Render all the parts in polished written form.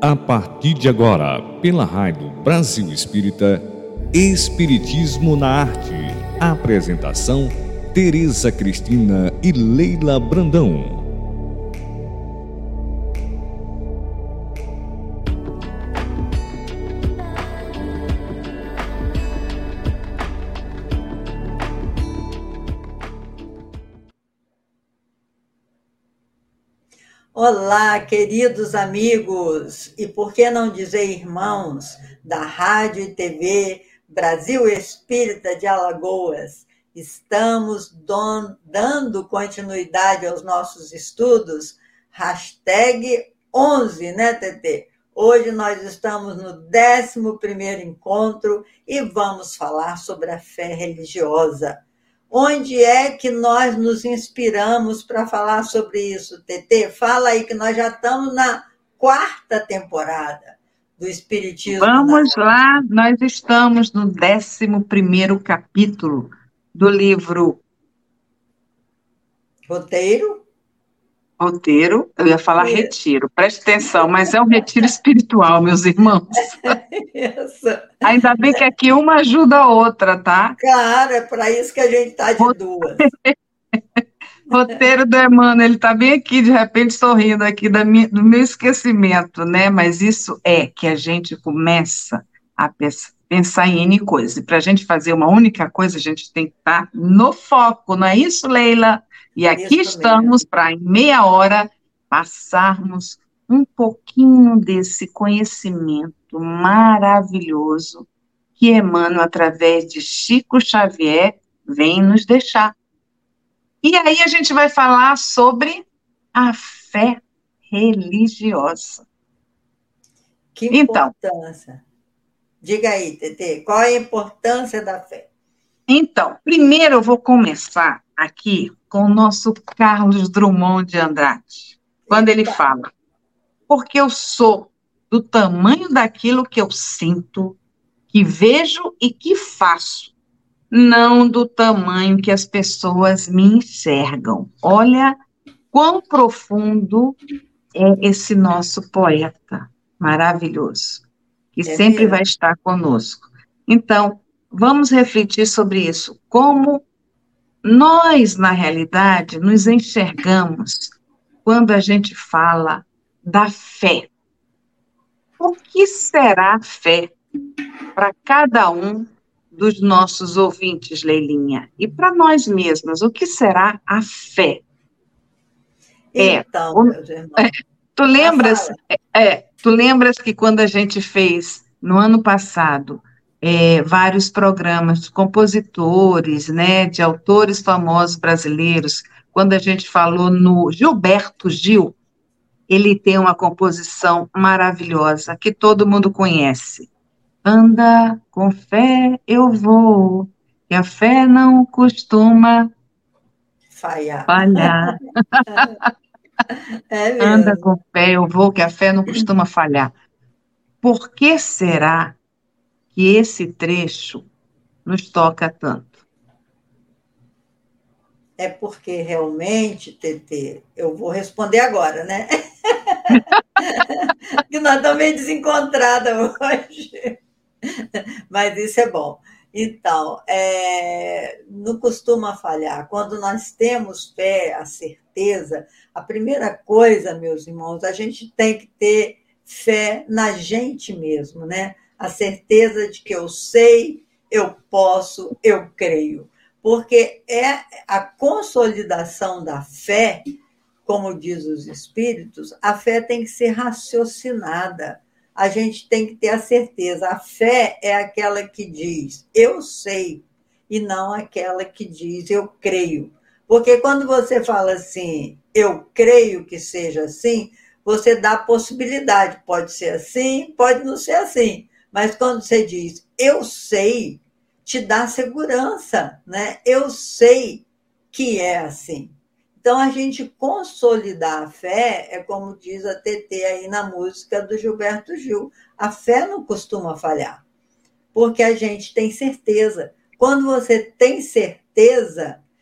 A partir de agora, pela Rádio Brasil Espírita, Espiritismo na Arte. Apresentação: Tereza Cristina e Leila Brandão. Olá, queridos amigos, e por que não dizer irmãos da Rádio e TV Brasil Espírita de Alagoas. Estamos dando continuidade aos nossos estudos, hashtag 11, né, TT? Hoje nós estamos no 11º encontro e vamos falar sobre a fé religiosa. Onde é que nós nos inspiramos para falar sobre isso, TT? Fala aí que nós já estamos na 4ª temporada do Espiritismo. Vamos lá, nós estamos no 11º capítulo do livro Roteiro, eu ia falar retiro, preste atenção, mas é um retiro espiritual, meus irmãos. Isso. Ainda bem que aqui uma ajuda a outra, tá? Claro, é para isso que a gente está de duas. Roteiro do Emmanuel, ele está bem aqui, de repente, sorrindo aqui do meu esquecimento, né? Mas isso é que a gente começa a pensar em N coisas. E para a gente fazer uma única coisa, a gente tem que estar no foco, não é isso, Leila? E aqui estamos para, em meia hora, passarmos um pouquinho desse conhecimento maravilhoso que Emmanuel, através de Chico Xavier, vem nos deixar. E aí a gente vai falar sobre a fé religiosa. Que importância. Então, diga aí, Tetê, qual é a importância da fé? Então, primeiro eu vou começar aqui com o nosso Carlos Drummond de Andrade, quando ele fala: porque eu sou do tamanho daquilo que eu sinto, que vejo e que faço, não do tamanho que as pessoas me enxergam. Olha quão profundo é esse nosso poeta maravilhoso, que sempre vai estar conosco. Então, vamos refletir sobre isso, como nós, na realidade, nos enxergamos quando a gente fala da fé. O que será fé para cada um dos nossos ouvintes, Leilinha? E para nós mesmas, o que será a fé? Então, meus irmãos, tu lembras que quando a gente fez, no ano passado, vários programas de compositores, né, de autores famosos brasileiros, quando a gente falou no Gilberto Gil, ele tem uma composição maravilhosa que todo mundo conhece. Anda com fé eu vou, que a fé não costuma falhar. Anda com fé eu vou, que a fé não costuma falhar. Por que será que esse trecho nos toca tanto? É porque realmente, Tetê, eu vou responder agora, né? Que nós estamos meio desencontradas hoje. Mas isso é bom. Então, não costuma falhar. Quando nós temos fé, a certeza, a primeira coisa, meus irmãos, a gente tem que ter fé na gente mesmo, né? A certeza de que eu sei, eu posso, eu creio. Porque é a consolidação da fé, como diz os espíritos, a fé tem que ser raciocinada. A gente tem que ter a certeza. A fé é aquela que diz, eu sei, e não aquela que diz, eu creio. Porque quando você fala assim, eu creio que seja assim, você dá possibilidade. Pode ser assim, pode não ser assim. Mas quando você diz, eu sei, te dá segurança, né? Eu sei que é assim. Então, a gente consolidar a fé é como diz a TT aí na música do Gilberto Gil. A fé não costuma falhar, porque a gente tem certeza. Quando você tem certeza,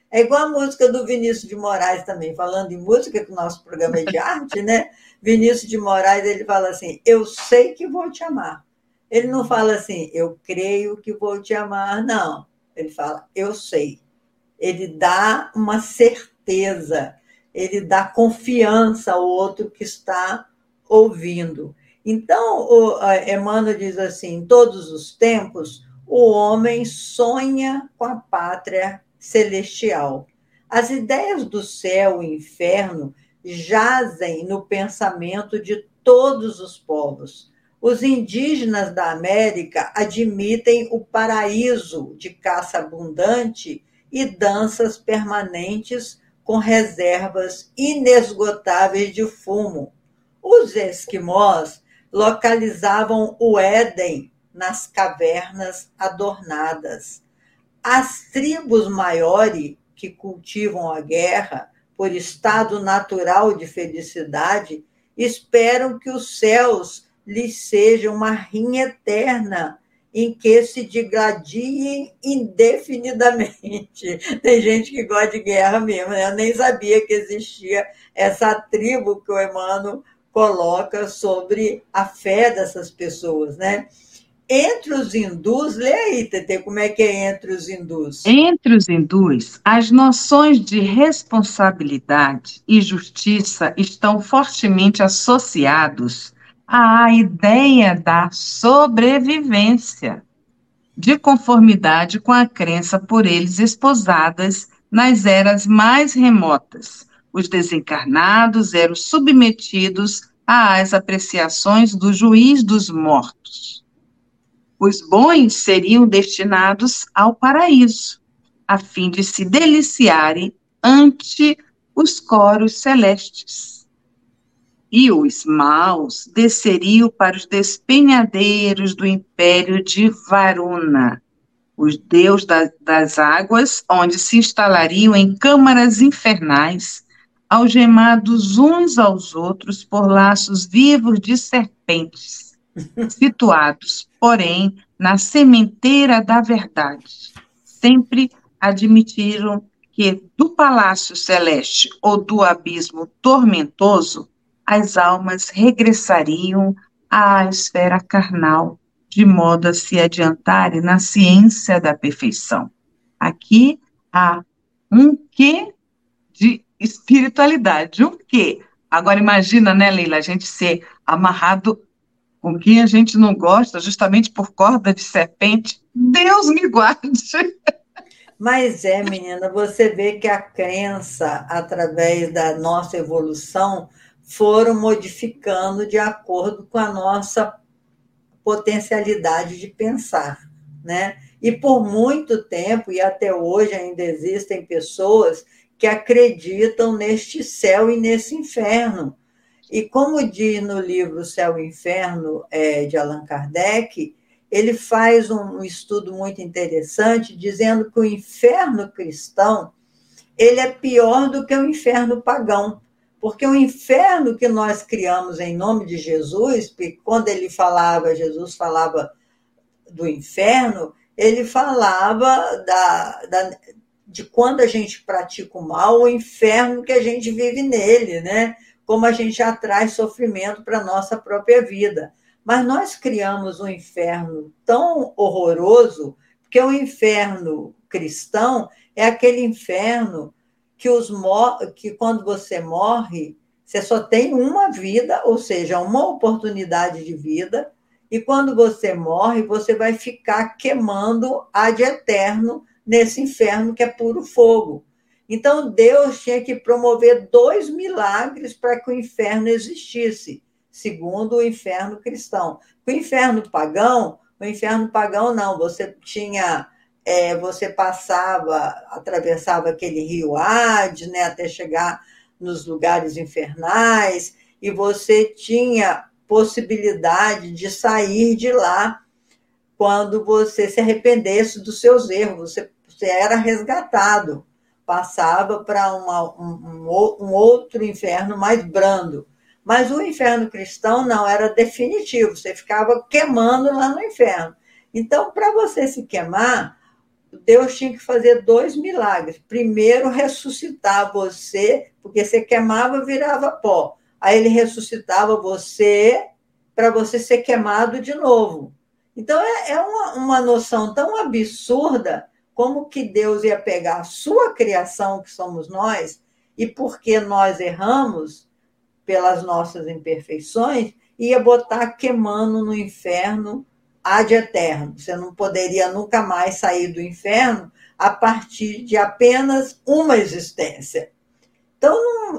É igual a música do Vinícius de Moraes também, falando em música, que o nosso programa é de arte, né? Vinícius de Moraes, ele fala assim, eu sei que vou te amar. Ele não fala assim, eu creio que vou te amar, não. Ele fala, eu sei. Ele dá uma certeza, ele dá confiança ao outro que está ouvindo. Então, Emmanuel diz assim, em todos os tempos, o homem sonha com a pátria celestial. As ideias do céu e inferno jazem no pensamento de todos os povos. Os indígenas da América admitem o paraíso de caça abundante e danças permanentes com reservas inesgotáveis de fumo. Os esquimós localizavam o Éden nas cavernas adornadas. As tribos maiores, que cultivam a guerra por estado natural de felicidade, esperam que os céus lhes sejam uma rinha eterna em que se digradiem indefinidamente. Tem gente que gosta de guerra mesmo, né? Eu nem sabia que existia essa tribo que o Emmanuel coloca sobre a fé dessas pessoas, né? Entre os hindus, lê aí, Tetê, como é que é entre os hindus? Entre os hindus, as noções de responsabilidade e justiça estão fortemente associados à ideia da sobrevivência, de conformidade com a crença por eles esposadas nas eras mais remotas. Os desencarnados eram submetidos às apreciações do juiz dos mortos. Os bons seriam destinados ao paraíso, a fim de se deliciarem ante os coros celestes. E os maus desceriam para os despenhadeiros do império de Varuna, os deus das águas, onde se instalariam em câmaras infernais, algemados uns aos outros por laços vivos de serpentes, situados, porém, na sementeira da verdade. Sempre admitiram que do palácio celeste ou do abismo tormentoso, as almas regressariam à esfera carnal, de modo a se adiantarem na ciência da perfeição. Aqui há um quê de espiritualidade, um quê. Agora imagina, né, Leila, a gente ser amarrado com quem a gente não gosta, justamente por corda de serpente. Deus me guarde! Mas menina, você vê que a crença, através da nossa evolução, foram modificando de acordo com a nossa potencialidade de pensar, né? E por muito tempo, e até hoje ainda existem pessoas que acreditam neste céu e nesse inferno. E como diz no livro Céu e Inferno, de Allan Kardec, ele faz um estudo muito interessante, dizendo que o inferno cristão ele é pior do que o inferno pagão, porque o inferno que nós criamos em nome de Jesus, porque quando Jesus falava do inferno, ele falava de quando a gente pratica o mal, o inferno que a gente vive nele, né? Como a gente atrai sofrimento para a nossa própria vida. Mas nós criamos um inferno tão horroroso, porque o inferno cristão é aquele inferno que quando você morre, você só tem uma vida, ou seja, uma oportunidade de vida, e quando você morre, você vai ficar queimando ad eterno nesse inferno que é puro fogo. Então, Deus tinha que promover 2 milagres para que o inferno existisse, segundo o inferno cristão. O inferno pagão não, você atravessava aquele rio Hades, né, até chegar nos lugares infernais, e você tinha possibilidade de sair de lá quando você se arrependesse dos seus erros, você era resgatado, passava para um outro inferno mais brando. Mas o inferno cristão não, era definitivo, você ficava queimando lá no inferno. Então, para você se queimar, Deus tinha que fazer 2 milagres. Primeiro, ressuscitar você, porque você queimava, virava pó. Aí ele ressuscitava você para você ser queimado de novo. Então, é uma noção tão absurda como que Deus ia pegar a sua criação, que somos nós, e porque nós erramos pelas nossas imperfeições, ia botar queimando no inferno ad eterno. Você não poderia nunca mais sair do inferno a partir de apenas uma existência. Então,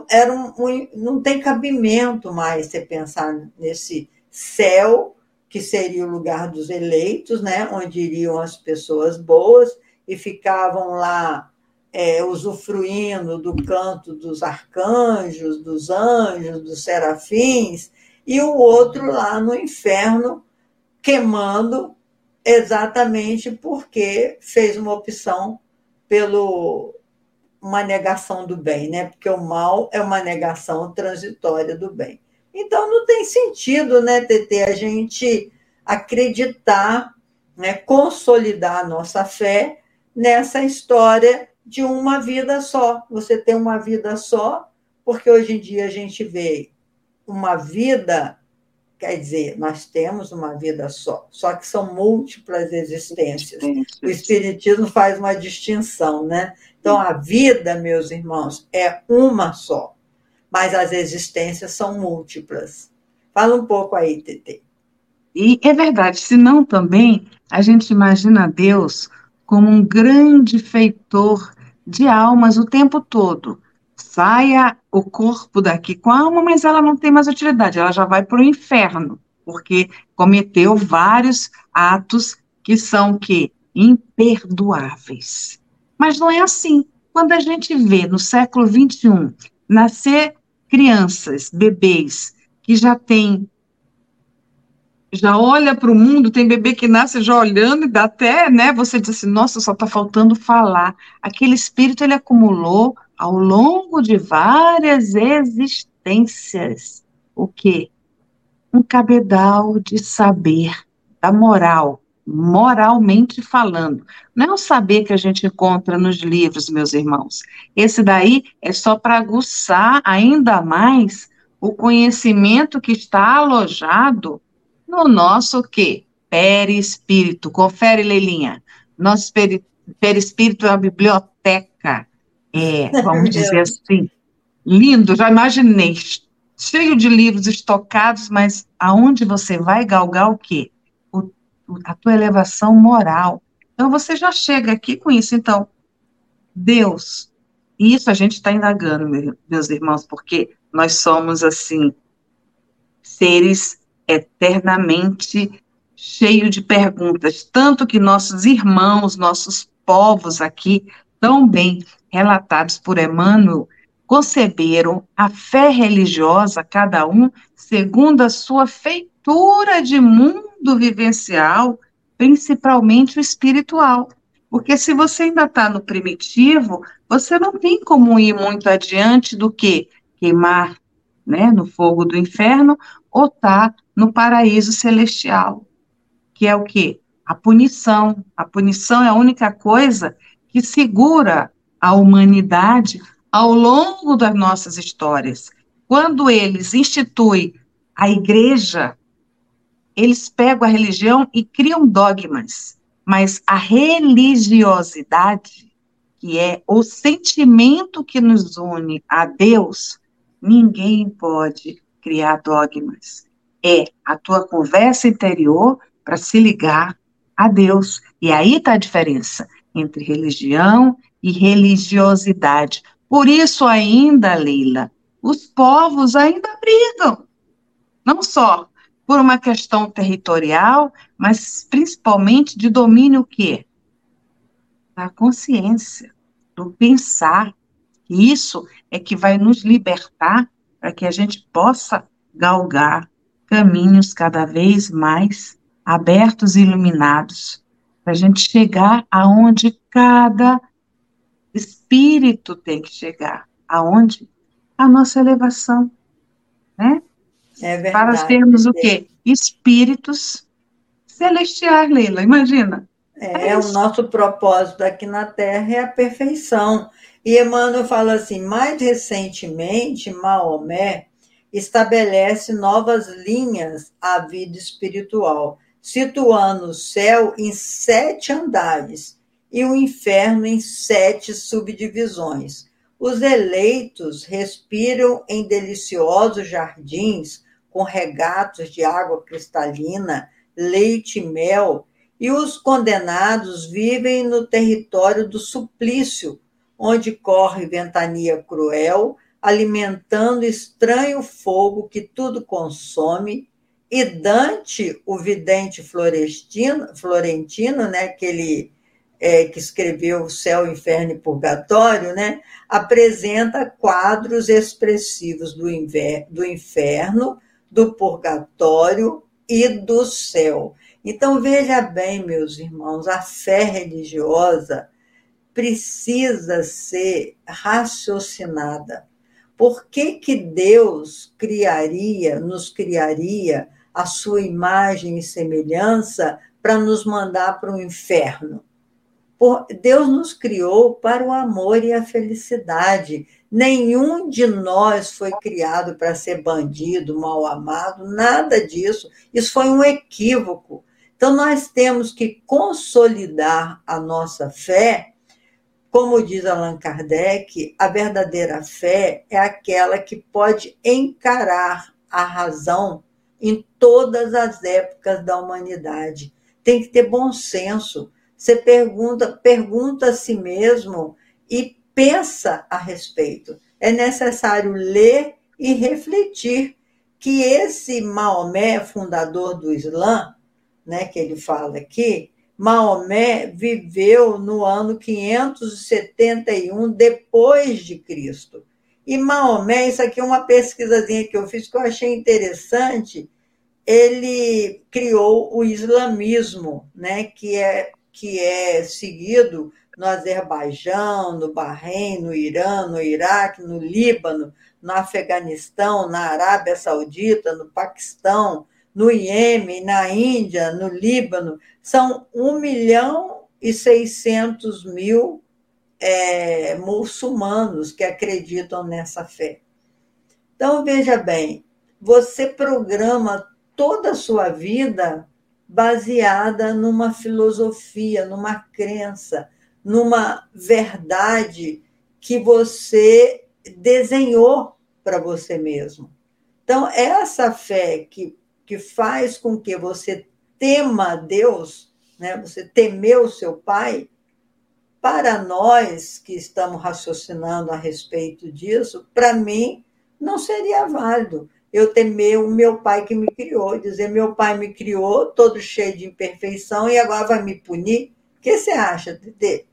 não tem cabimento mais você pensar nesse céu, que seria o lugar dos eleitos, né, onde iriam as pessoas boas e ficavam lá usufruindo do canto dos arcanjos, dos anjos, dos serafins, e o outro lá no inferno, queimando, exatamente porque fez uma opção pelo uma negação do bem, né? Porque o mal é uma negação transitória do bem. Então, não tem sentido, né, Tetê, a gente acreditar, né, consolidar a nossa fé nessa história de uma vida só. Você tem uma vida só, porque hoje em dia a gente vê uma vida, quer dizer, nós temos uma vida só que são múltiplas existências. O Espiritismo faz uma distinção, né? Então, a vida, meus irmãos, é uma só, mas as existências são múltiplas. Fala um pouco aí, Tetê. E é verdade, senão também a gente imagina Deus como um grande feitor de almas o tempo todo. Saia o corpo daqui com a alma, mas ela não tem mais utilidade, ela já vai para o inferno, porque cometeu vários atos que são que imperdoáveis. Mas não é assim. Quando a gente vê no século XXI nascer crianças, bebês, que já olha para o mundo, tem bebê que nasce já olhando e dá até, né, você diz assim, nossa, só está faltando falar. Aquele espírito ele acumulou ao longo de várias existências. O quê? Um cabedal de saber, da moral, moralmente falando. Não é um saber que a gente encontra nos livros, meus irmãos. Esse daí é só para aguçar ainda mais o conhecimento que está alojado no nosso o quê? Perispírito. Confere, Leilinha. Nosso perispírito é uma biblioteca, vamos dizer assim, lindo, já imaginei, cheio de livros estocados, mas aonde você vai galgar o quê? A tua elevação moral. Então, você já chega aqui com isso. Então, Deus, e isso a gente está indagando, meus irmãos, porque nós somos, assim, seres eternamente cheios de perguntas, tanto que nossos irmãos, nossos povos aqui, tão bem relatados por Emmanuel, conceberam a fé religiosa, cada um, segundo a sua feitura de mundo vivencial, principalmente o espiritual. Porque se você ainda está no primitivo, você não tem como ir muito adiante do que queimar, né, no fogo do inferno, ou está no paraíso celestial, que é o quê? A punição. A punição é a única coisa que segura a humanidade ao longo das nossas histórias. Quando eles instituem a igreja, eles pegam a religião e criam dogmas, mas a religiosidade, que é o sentimento que nos une a Deus, ninguém pode criar dogmas. É a tua conversa interior para se ligar a Deus. E aí está a diferença entre religião e religiosidade. Por isso ainda, Leila, os povos ainda brigam. Não só por uma questão territorial, mas principalmente de domínio o quê? Da consciência, do pensar. E isso é que vai nos libertar para que a gente possa galgar caminhos cada vez mais abertos e iluminados, para a gente chegar aonde cada espírito tem que chegar. Aonde? A nossa elevação, né? É verdade. Para sermos o quê? Espíritos celestiais, Leila, imagina. O nosso propósito aqui na Terra é a perfeição. E Emmanuel fala assim, mais recentemente, Maomé estabelece novas linhas à vida espiritual, situando o céu em 7 andares e o inferno em 7 subdivisões. Os eleitos respiram em deliciosos jardins com regatos de água cristalina, leite e mel, e os condenados vivem no território do suplício, onde corre ventania cruel, alimentando estranho fogo que tudo consome, e Dante, o vidente florentino, né, que escreveu O Céu, Inferno e Purgatório, né, apresenta quadros expressivos do inferno, do purgatório e do céu. Então, veja bem, meus irmãos, a fé religiosa precisa ser raciocinada. Por que Deus nos criaria a sua imagem e semelhança para nos mandar para o inferno? Deus nos criou para o amor e a felicidade. Nenhum de nós foi criado para ser bandido, mal amado, nada disso. Isso foi um equívoco. Então, nós temos que consolidar a nossa fé. Como diz Allan Kardec, a verdadeira fé é aquela que pode encarar a razão em todas as épocas da humanidade. Tem que ter bom senso. Você pergunta a si mesmo e pensa a respeito. É necessário ler e refletir que esse Maomé, fundador do Islã, né, que ele fala aqui, Maomé viveu no ano 571 depois de Cristo. E Maomé, isso aqui é uma pesquisazinha que eu fiz que eu achei interessante, ele criou o islamismo, né, que é seguido no Azerbaijão, no Bahrein, no Irã, no Iraque, no Líbano, no Afeganistão, na Arábia Saudita, no Paquistão, no Iêmen, na Índia, no Líbano. São 1.600.000 muçulmanos que acreditam nessa fé. Então, veja bem, você programa toda a sua vida baseada numa filosofia, numa crença, numa verdade que você desenhou para você mesmo. Então, essa fé que faz com que você tema Deus, né? Você temeu o seu pai, para nós que estamos raciocinando a respeito disso, para mim, não seria válido eu temer o meu pai que me criou, dizer, meu pai me criou todo cheio de imperfeição e agora vai me punir? O que você acha, Tete?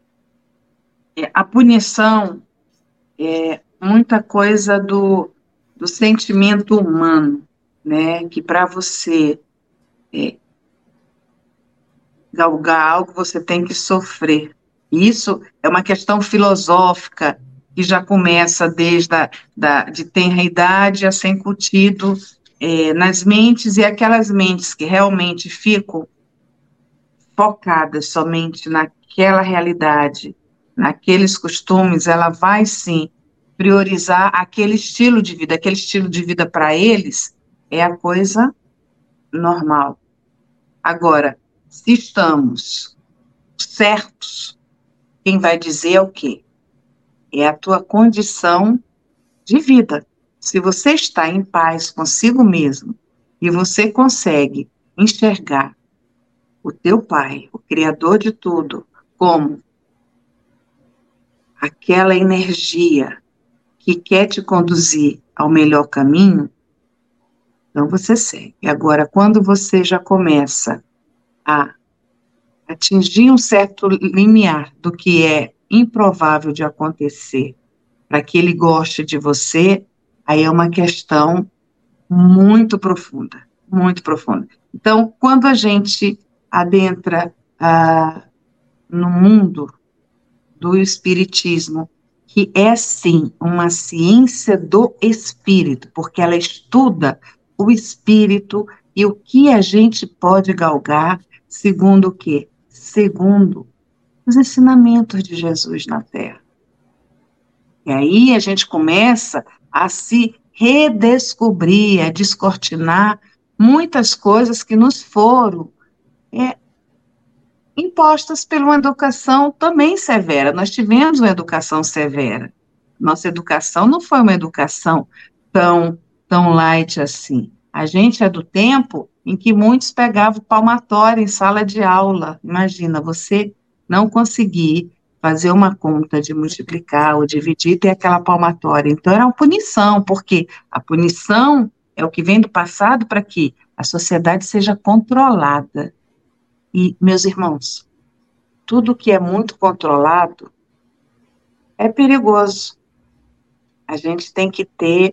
A punição é muita coisa do sentimento humano, né? Que para você galgar algo, você tem que sofrer. Isso é uma questão filosófica que já começa desde de tenra idade a ser incutido nas mentes, e aquelas mentes que realmente ficam focadas somente naquela realidade, naqueles costumes, ela vai sim priorizar aquele estilo de vida para eles é a coisa normal. Agora, se estamos certos, quem vai dizer é o quê? É a tua condição de vida. Se você está em paz consigo mesmo e você consegue enxergar o teu pai, o Criador de tudo, como aquela energia que quer te conduzir ao melhor caminho, então você segue. Agora, quando você já começa a atingir um certo limiar do que é improvável de acontecer para que ele goste de você, aí é uma questão muito profunda, muito profunda. Então, quando a gente adentra no mundo do espiritismo, que é, sim, uma ciência do espírito, porque ela estuda o espírito e o que a gente pode galgar, segundo o quê? segundo os ensinamentos de Jesus na Terra. E aí a gente começa a se redescobrir, a descortinar muitas coisas que nos foram impostas por uma educação também severa. Nós tivemos uma educação severa. Nossa educação não foi uma educação tão light assim. A gente é do tempo em que muitos pegavam palmatória em sala de aula. Imagina, você não conseguir fazer uma conta de multiplicar ou dividir e ter aquela palmatória. Então, era uma punição, porque a punição é o que vem do passado para que a sociedade seja controlada. E, meus irmãos, tudo que é muito controlado é perigoso. A gente tem que ter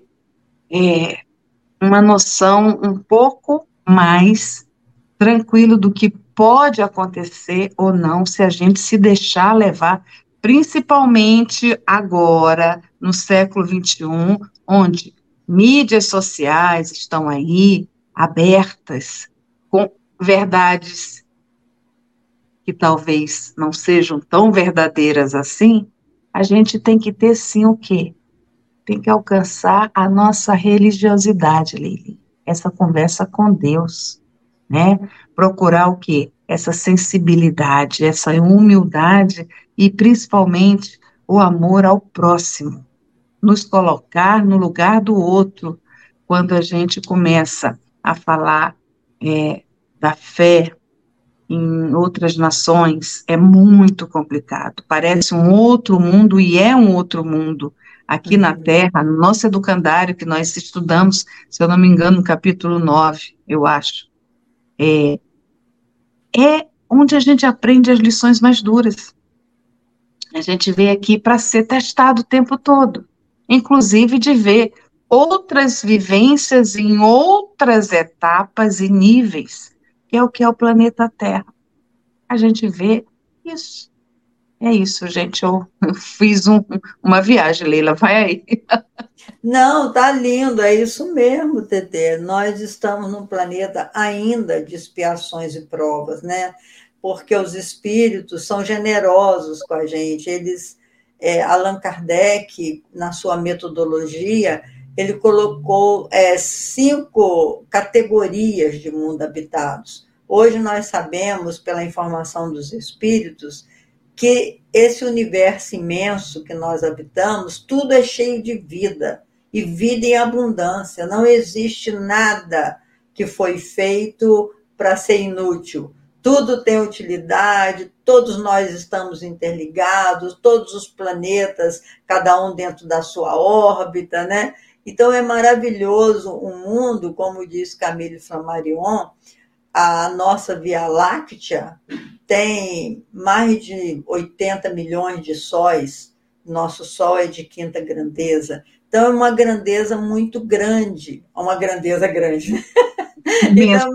uma noção um pouco mais tranquilo do que pode acontecer ou não se a gente se deixar levar, principalmente agora, no século XXI, onde mídias sociais estão aí abertas com verdades que talvez não sejam tão verdadeiras assim. A gente tem que ter sim o quê? Tem que alcançar a nossa religiosidade, Lili. Essa conversa com Deus, né? Procurar o quê? Essa sensibilidade, essa humildade e, principalmente, o amor ao próximo. Nos colocar no lugar do outro. Quando a gente começa a falar da fé em outras nações, é muito complicado. Parece um outro mundo e é um outro mundo. Aqui na Terra, no nosso educandário que nós estudamos, se eu não me engano, no capítulo 9, eu acho, é onde a gente aprende as lições mais duras. A gente veio aqui para ser testado o tempo todo, inclusive de ver outras vivências em outras etapas e níveis, que é o planeta Terra. A gente vê isso. É isso, gente. Eu fiz uma viagem, Leila, vai aí. Não, tá lindo, é isso mesmo, Tetê. Nós estamos num planeta ainda de expiações e provas, né? Porque os espíritos são generosos com a gente. Allan Kardec, na sua metodologia, ele colocou 5 categorias de mundo habitados. Hoje nós sabemos, pela informação dos espíritos, que esse universo imenso que nós habitamos, tudo é cheio de vida, e vida em abundância. Não existe nada que foi feito para ser inútil. Tudo tem utilidade, todos nós estamos interligados, todos os planetas, cada um dentro da sua órbita, né? Então é maravilhoso um mundo, como diz Camille Flammarion, a nossa Via Láctea tem mais de 80 milhões de sóis, nosso Sol é de quinta grandeza, então é uma grandeza muito grande, uma grandeza grande, então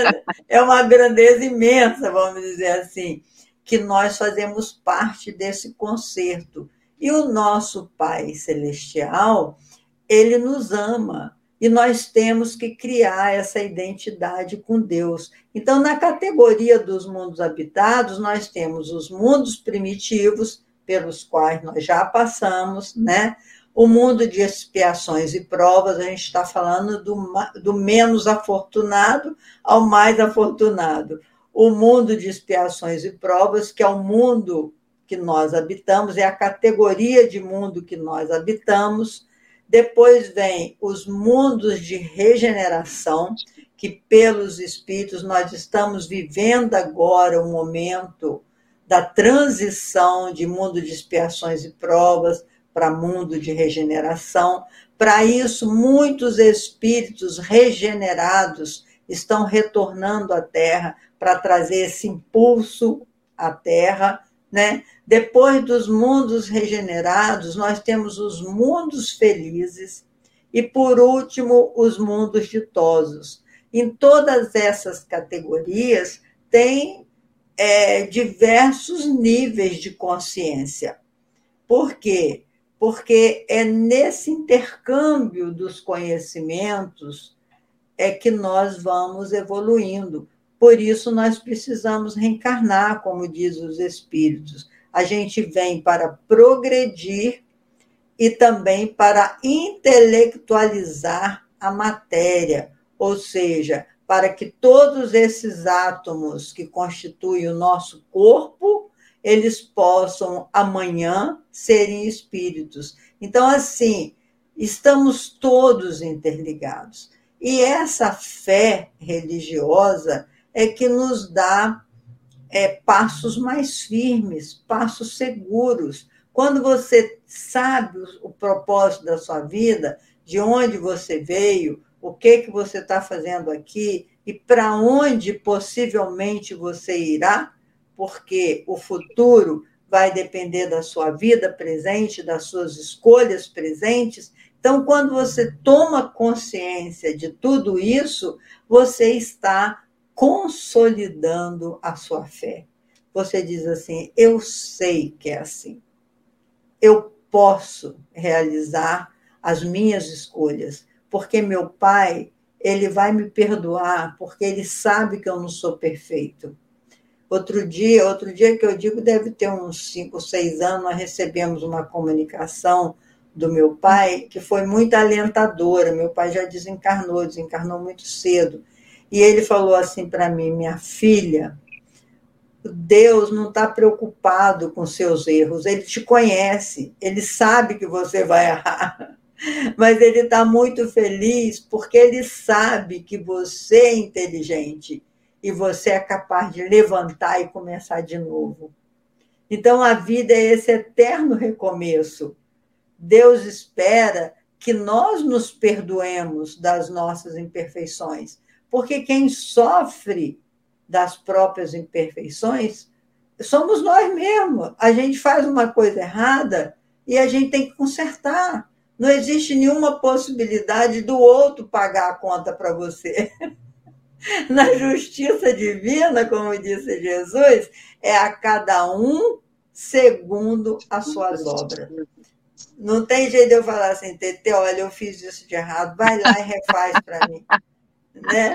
é uma grandeza imensa, vamos dizer assim, que nós fazemos parte desse concerto, e o nosso Pai Celestial, ele nos ama, e nós temos que criar essa identidade com Deus. Então, na categoria dos mundos habitados, nós temos os mundos primitivos, pelos quais nós já passamos, né? O mundo de expiações e provas, a gente está falando do menos afortunado ao mais afortunado. O mundo de expiações e provas, que é o mundo que nós habitamos, é a categoria de mundo que nós habitamos. Depois vem os mundos de regeneração, que pelos espíritos nós estamos vivendo agora o momento da transição de mundo de expiações e provas para mundo de regeneração. Para isso, muitos espíritos regenerados estão retornando à Terra para trazer esse impulso à Terra, né? Depois dos mundos regenerados, nós temos os mundos felizes e, por último, os mundos ditosos. Em todas essas categorias, tem diversos níveis de consciência. Por quê? Porque é nesse intercâmbio dos conhecimentos que nós vamos evoluindo. Por isso, nós precisamos reencarnar, como diz os espíritos. A gente vem para progredir e também para intelectualizar a matéria, ou seja, para que todos esses átomos que constituem o nosso corpo, eles possam amanhã serem espíritos. Então, assim, estamos todos interligados. E essa fé religiosa é que nos dá passos mais firmes, passos seguros. Quando você sabe o propósito da sua vida, de onde você veio, o que você está fazendo aqui e para onde possivelmente você irá, porque o futuro vai depender da sua vida presente, das suas escolhas presentes. Então, quando você toma consciência de tudo isso, você está consolidando a sua fé. Você diz assim, eu sei que é assim. Eu posso realizar as minhas escolhas, porque meu pai, ele vai me perdoar, porque ele sabe que eu não sou perfeito. Outro dia que eu digo, deve ter uns 5 ou 6 anos, nós recebemos uma comunicação do meu pai, que foi muito alentadora. Meu pai já desencarnou muito cedo. E ele falou assim para mim, minha filha, Deus não está preocupado com seus erros, ele te conhece, ele sabe que você vai errar, mas ele está muito feliz porque ele sabe que você é inteligente e você é capaz de levantar e começar de novo. Então, a vida é esse eterno recomeço. Deus espera que nós nos perdoemos das nossas imperfeições, porque quem sofre das próprias imperfeições somos nós mesmos. A gente faz uma coisa errada e a gente tem que consertar. Não existe nenhuma possibilidade do outro pagar a conta para você. Na justiça divina, como disse Jesus, é a cada um segundo as suas obras. Não tem jeito de eu falar assim, Tetê, olha, eu fiz isso de errado, vai lá e refaz para mim. Né?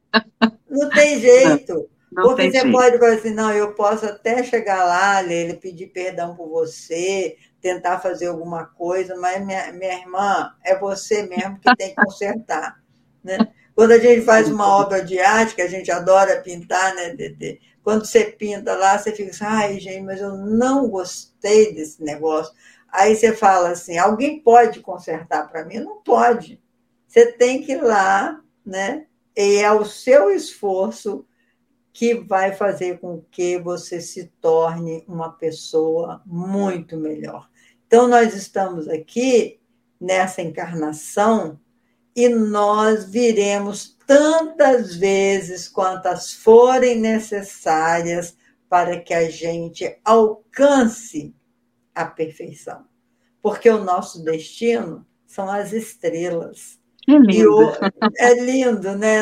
Não tem jeito. Porque você pode falar assim, não, eu posso até chegar lá, Leila, pedir perdão por você, tentar fazer alguma coisa, mas minha irmã, é você mesmo que tem que consertar. Né? Quando a gente faz uma obra de arte, que a gente adora pintar, né, Tetê? Quando você pinta lá, você fica assim, ai, gente, mas eu não gostei desse negócio. Aí você fala assim, alguém pode consertar para mim? Não pode. Você tem que ir lá, né? E é o seu esforço que vai fazer com que você se torne uma pessoa muito melhor. Então, nós estamos aqui nessa encarnação e nós viremos tantas vezes quantas forem necessárias para que a gente alcance a perfeição. Porque o nosso destino são as estrelas. Que lindo. É lindo, né?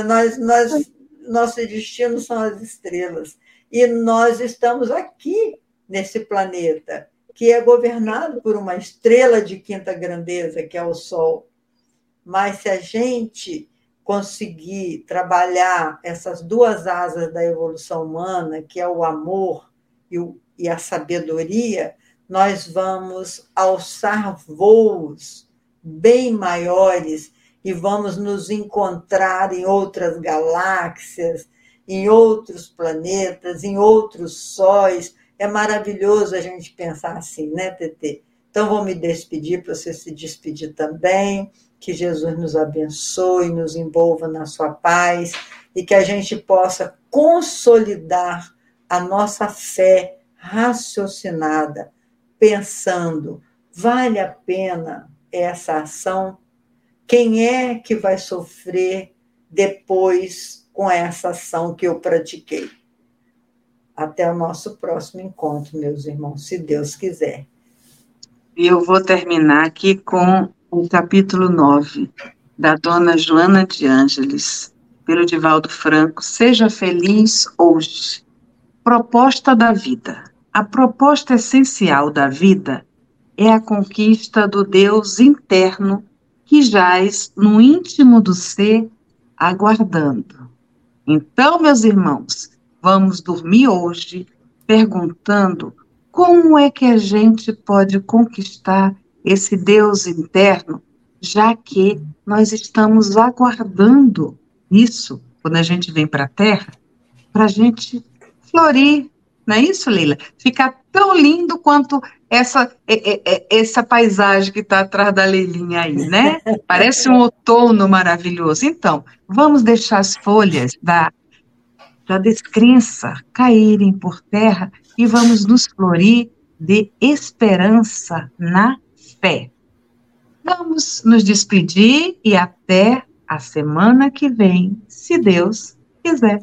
Nosso destino são as estrelas. E nós estamos aqui, nesse planeta, que é governado por uma estrela de quinta grandeza, que é o Sol. Mas se a gente conseguir trabalhar essas duas asas da evolução humana, que é o amor e a sabedoria, nós vamos alçar voos bem maiores e vamos nos encontrar em outras galáxias, em outros planetas, em outros sóis. É maravilhoso a gente pensar assim, né, Tetê? Então, vou me despedir para você se despedir também. Que Jesus nos abençoe, nos envolva na sua paz e que a gente possa consolidar a nossa fé raciocinada, pensando, vale a pena essa ação? Quem é que vai sofrer depois com essa ação que eu pratiquei? Até o nosso próximo encontro, meus irmãos, se Deus quiser. E eu vou terminar aqui com o capítulo 9, da dona Joana de Ângeles, pelo Divaldo Franco. Seja feliz hoje. Proposta da vida. A proposta essencial da vida é a conquista do Deus interno que jaz no íntimo do ser, aguardando. Então, meus irmãos, vamos dormir hoje perguntando como é que a gente pode conquistar esse Deus interno, já que nós estamos aguardando isso, quando a gente vem para a Terra, para a gente florir, não é isso, Leila? Ficar tão lindo quanto essa paisagem que está atrás da Leilinha aí, né? Parece um outono maravilhoso. Então, vamos deixar as folhas da descrença caírem por terra e vamos nos florir de esperança na fé. Vamos nos despedir e até a semana que vem, se Deus quiser.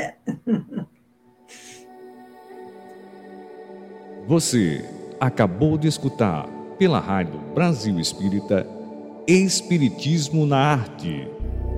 Você acabou de escutar pela Rádio Brasil Espírita Espiritismo na Arte.